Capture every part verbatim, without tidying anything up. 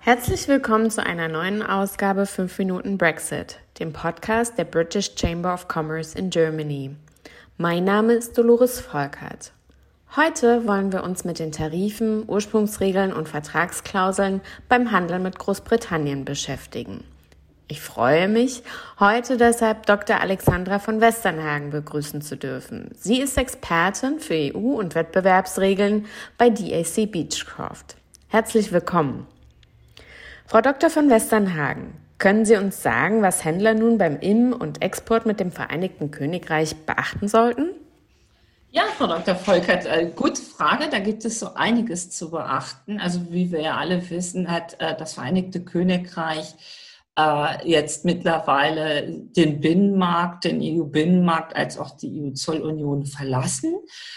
Herzlich willkommen zu einer neuen Ausgabe fünf Minuten Brexit, dem Podcast der British Chamber of Commerce in Germany. Mein Name ist Dolores Volkert. Heute wollen wir uns mit den Tarifen, Ursprungsregeln und Vertragsklauseln beim Handel mit Großbritannien beschäftigen. Ich freue mich, heute deshalb Doktor Alexandra von Westernhagen begrüßen zu dürfen. Sie ist Expertin für E U- und Wettbewerbsregeln bei D A C Beechcroft. Herzlich willkommen. Frau Doktor von Westernhagen, können Sie uns sagen, was Händler nun beim Im- und Export mit dem Vereinigten Königreich beachten sollten? Ja, Frau Doktor Volkert, äh, gute Frage. Da gibt es so einiges zu beachten. Also wie wir ja alle wissen, hat äh, das Vereinigte Königreich äh, jetzt mittlerweile den Binnenmarkt, den E U-Binnenmarkt als auch die E U-Zollunion verlassen.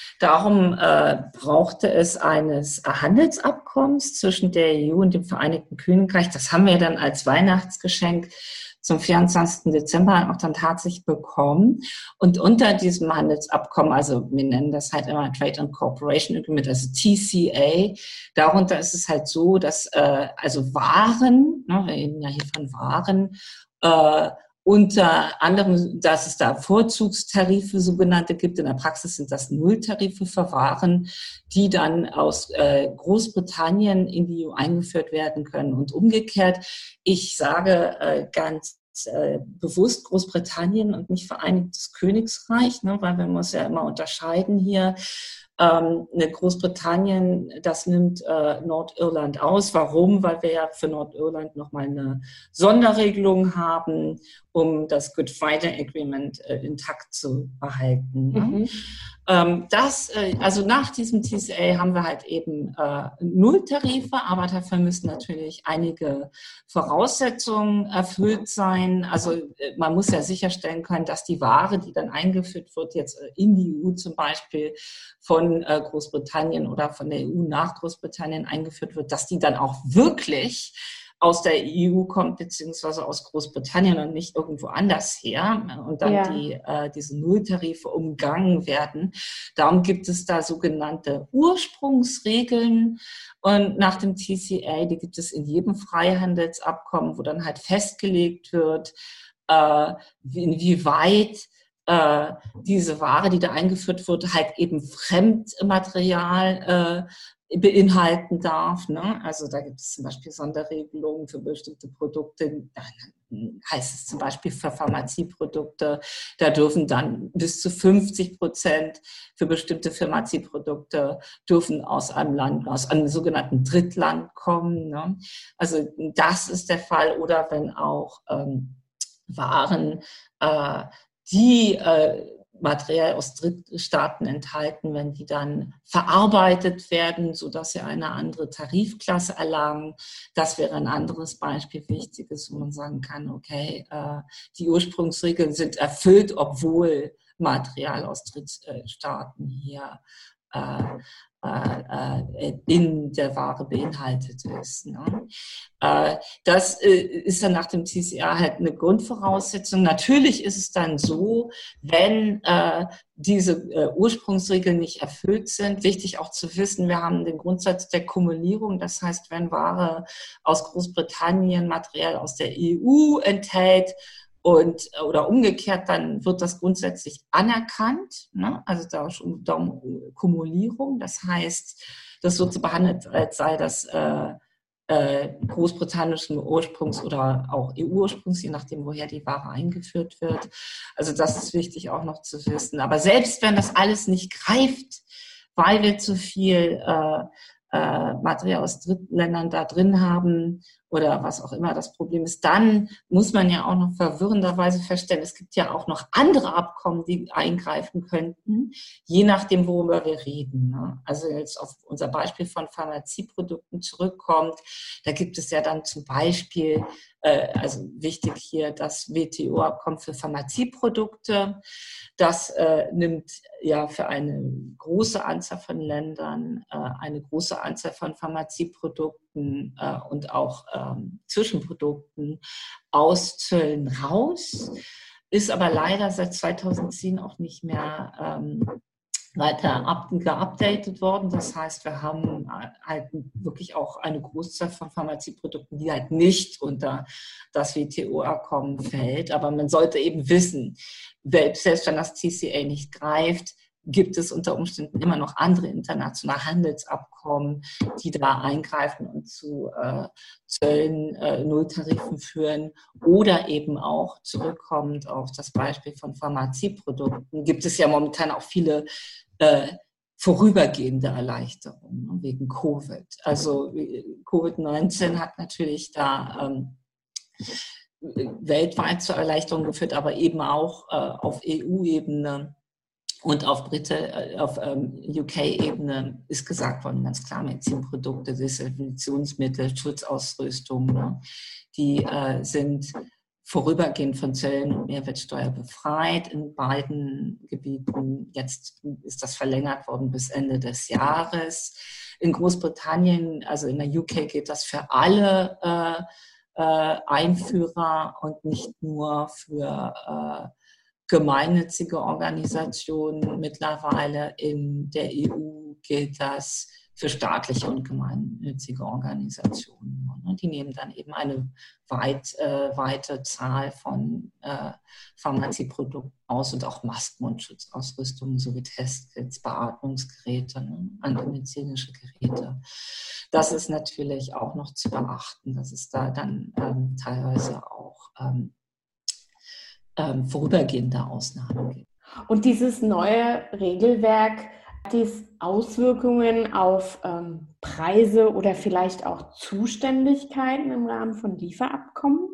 Darum äh, brauchte es eines Handelsabkommens zwischen der E U und dem Vereinigten Königreich. Das haben wir dann als Weihnachtsgeschenk zum vierundzwanzigsten Dezember auch dann tatsächlich bekommen. Und unter diesem Handelsabkommen, also wir nennen das halt immer Trade and Cooperation Agreement, also T C A, darunter ist es halt so, dass äh, also Waren, ne, wir reden ja hier von Waren, äh, unter anderem, dass es da Vorzugstarife sogenannte gibt. In der Praxis sind das Nulltarife für Waren, die dann aus äh, Großbritannien in die E U eingeführt werden können und umgekehrt. Ich sage äh, ganz äh, bewusst Großbritannien und nicht Vereinigtes Königreich, ne, weil man muss ja immer unterscheiden hier. Ähm, Großbritannien, das nimmt äh, Nordirland aus. Warum? Weil wir ja für Nordirland nochmal eine Sonderregelung haben, um das Good Friday Agreement äh, intakt zu behalten. Ne? Mhm. Ähm, das, äh, also nach diesem T C A haben wir halt eben äh, Nulltarife, aber dafür müssen natürlich einige Voraussetzungen erfüllt sein. Also äh, man muss ja sicherstellen können, dass die Ware, die dann eingeführt wird, jetzt in die E U zum Beispiel von äh, Großbritannien oder von der E U nach Großbritannien eingeführt wird, dass die dann auch wirklich aus der E U kommt, beziehungsweise aus Großbritannien und nicht irgendwo anders her und dann Ja. die, äh, diese Nulltarife umgangen werden. Darum gibt es da sogenannte Ursprungsregeln und nach dem T C A, die gibt es in jedem Freihandelsabkommen, wo dann halt festgelegt wird, äh, inwieweit äh, diese Ware, die da eingeführt wird, halt eben Fremdmaterial äh, beinhalten darf. Ne? Also da gibt es zum Beispiel Sonderregelungen für bestimmte Produkte. Da heißt es zum Beispiel für Pharmazieprodukte, da dürfen dann bis zu fünfzig Prozent für bestimmte Pharmazieprodukte dürfen aus einem Land, aus einem sogenannten Drittland kommen. Ne? Also das ist der Fall. Oder wenn auch ähm, Waren, äh, die äh, Material aus Drittstaaten enthalten, wenn die dann verarbeitet werden, sodass sie eine andere Tarifklasse erlangen. Das wäre ein anderes Beispiel, wichtiges, wo man sagen kann, okay, äh, die Ursprungsregeln sind erfüllt, obwohl Material aus Drittstaaten hier äh, äh, in der Ware beinhaltet ist. Ne? Äh, das äh, ist dann nach dem T C A halt eine Grundvoraussetzung. Natürlich ist es dann so, wenn äh, diese äh, Ursprungsregeln nicht erfüllt sind, wichtig auch zu wissen, wir haben den Grundsatz der Kumulierung. Das heißt, wenn Ware aus Großbritannien Material aus der E U enthält, und oder umgekehrt, dann wird das grundsätzlich anerkannt, ne? Also da schon darum Kumulierung, das heißt, das wird so behandelt, als sei das äh, äh, großbritannischen Ursprungs oder auch E U-Ursprungs, je nachdem, woher die Ware eingeführt wird. Also das ist wichtig auch noch zu wissen. Aber selbst wenn das alles nicht greift, weil wir zu viel äh, äh, Material aus Drittländern da drin haben oder was auch immer das Problem ist, dann muss man ja auch noch verwirrenderweise feststellen, es gibt ja auch noch andere Abkommen, die eingreifen könnten, je nachdem, worüber wir reden. Ne? Also jetzt auf unser Beispiel von Pharmazieprodukten zurückkommt, da gibt es ja dann zum Beispiel, äh, also wichtig hier, das W T O-Abkommen für Pharmazieprodukte. Das äh, nimmt ja für eine große Anzahl von Ländern äh, eine große Anzahl von Pharmazieprodukten äh, und auch ähm, Zwischenprodukten aus Zöllen raus, ist aber leider seit zweitausendzehn auch nicht mehr ähm, weiter up, geupdatet worden. Das heißt, wir haben halt wirklich auch eine Großzahl von Pharmazieprodukten, die halt nicht unter das W T O-Abkommen fällt. Aber man sollte eben wissen, selbst wenn das T C A nicht greift, gibt es unter Umständen immer noch andere internationale Handelsabkommen, die da eingreifen und zu äh, Zöllen, äh, Nulltarifen führen. Oder eben auch zurückkommend auf das Beispiel von Pharmazieprodukten, gibt es ja momentan auch viele äh, vorübergehende Erleichterungen, ne, wegen Covid. Also Covid neunzehn hat natürlich da ähm, weltweit zur Erleichterung geführt, aber eben auch äh, auf E U-Ebene und auf, Brite, auf ähm, U K-Ebene ist gesagt worden, ganz klar, Medizinprodukte, Desinfektionsmittel, Schutzausrüstung, ne, die äh, sind vorübergehend von Zöllen und Mehrwertsteuer befreit in beiden Gebieten. Jetzt ist das verlängert worden bis Ende des Jahres. In Großbritannien, also in der U K, geht das für alle äh, äh, Einführer und nicht nur für äh, gemeinnützige Organisationen. Mittlerweile in der E U gilt das für staatliche und gemeinnützige Organisationen. Die nehmen dann eben eine weit, äh, weite Zahl von äh, Pharmazieprodukten aus und auch Masken und Schutzausrüstungen sowie Testkits, Beatmungsgeräte, ne, andere medizinische Geräte. Das ist natürlich auch noch zu beachten, dass es da dann ähm, teilweise auch ähm, ähm, vorübergehende Ausnahmen gibt. Und dieses neue Regelwerk, hat dies Auswirkungen auf ähm, Preise oder vielleicht auch Zuständigkeiten im Rahmen von Lieferabkommen?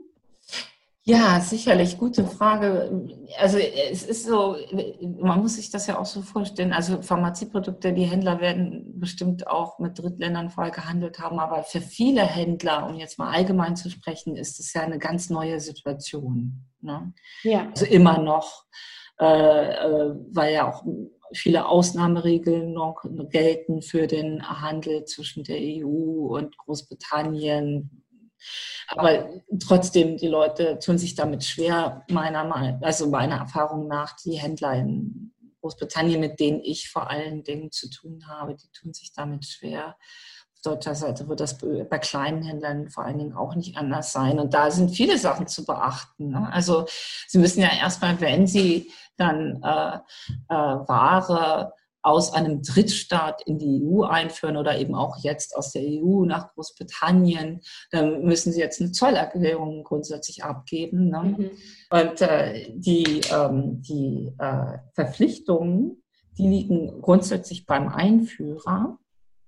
Ja, sicherlich, gute Frage. Also es ist so, man muss sich das ja auch so vorstellen, also Pharmazieprodukte, die Händler werden bestimmt auch mit Drittländern vorher gehandelt haben, aber für viele Händler, um jetzt mal allgemein zu sprechen, ist es ja eine ganz neue Situation. Ne? Ja. Also immer noch, äh, weil ja auch viele Ausnahmeregeln noch gelten für den Handel zwischen der E U und Großbritannien. Aber trotzdem, die Leute tun sich damit schwer, meiner, also meiner Erfahrung nach, die Händler in Großbritannien, mit denen ich vor allen Dingen zu tun habe, die tun sich damit schwer. Auf deutscher Seite wird das bei kleinen Händlern vor allen Dingen auch nicht anders sein. Und da sind viele Sachen zu beachten. Ne? Also Sie müssen ja erstmal, wenn Sie dann äh, äh, Ware aus einem Drittstaat in die E U einführen oder eben auch jetzt aus der E U nach Großbritannien, dann müssen sie jetzt eine Zollerklärung grundsätzlich abgeben. Ne? Mhm. Und äh, die, ähm, die äh, Verpflichtungen, die liegen grundsätzlich beim Einführer.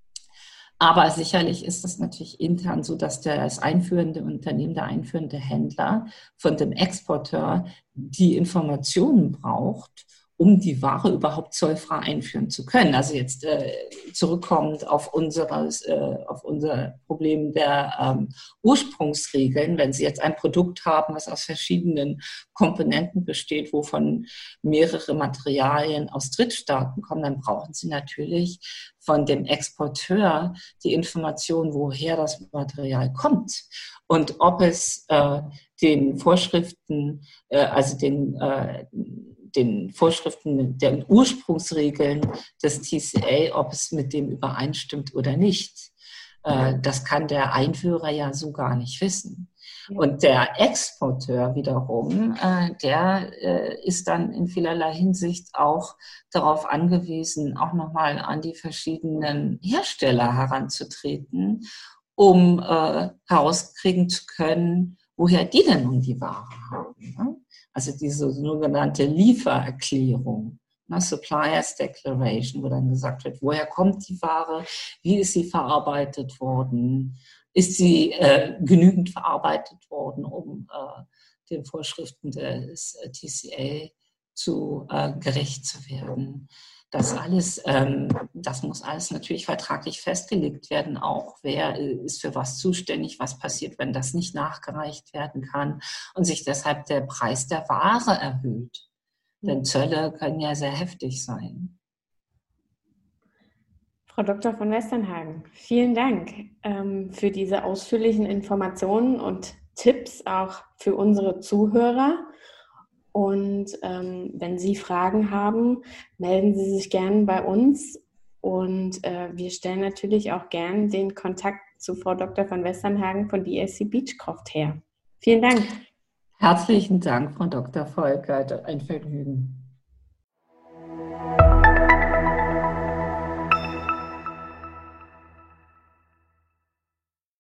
Aber sicherlich ist es natürlich intern so, dass der, das einführende Unternehmen, der einführende Händler von dem Exporteur die Informationen braucht, um die Ware überhaupt zollfrei einführen zu können. Also jetzt äh, zurückkommend auf, unseres, äh, auf unser Problem der ähm, Ursprungsregeln. Wenn Sie jetzt ein Produkt haben, was aus verschiedenen Komponenten besteht, wovon mehrere Materialien aus Drittstaaten kommen, dann brauchen Sie natürlich von dem Exporteur die Information, woher das Material kommt und ob es äh, den Vorschriften, äh, also den äh, den Vorschriften der Ursprungsregeln des T C A, ob es mit dem übereinstimmt oder nicht. Das kann der Einführer ja so gar nicht wissen. Und der Exporteur wiederum, der ist dann in vielerlei Hinsicht auch darauf angewiesen, auch nochmal an die verschiedenen Hersteller heranzutreten, um herauskriegen zu können, woher die denn nun die Ware haben. Also diese sogenannte Liefererklärung, ne, Suppliers Declaration, wo dann gesagt wird, woher kommt die Ware, wie ist sie verarbeitet worden, ist sie äh, genügend verarbeitet worden, um äh, den Vorschriften des äh, T C A zu äh, gerecht zu werden. Das alles, ähm, das muss alles natürlich vertraglich festgelegt werden, auch wer ist für was zuständig, was passiert, wenn das nicht nachgereicht werden kann und sich deshalb der Preis der Ware erhöht. Denn Zölle können ja sehr heftig sein. Frau Doktor von Westernhagen, vielen Dank ähm, für diese ausführlichen Informationen und Tipps auch für unsere Zuhörer. Und ähm, wenn Sie Fragen haben, melden Sie sich gerne bei uns. Und äh, wir stellen natürlich auch gern den Kontakt zu Frau Doktor van Westernhagen von D S C Beechcroft her. Vielen Dank. Herzlichen Dank, Frau Doktor Volkert. Ein Vergnügen.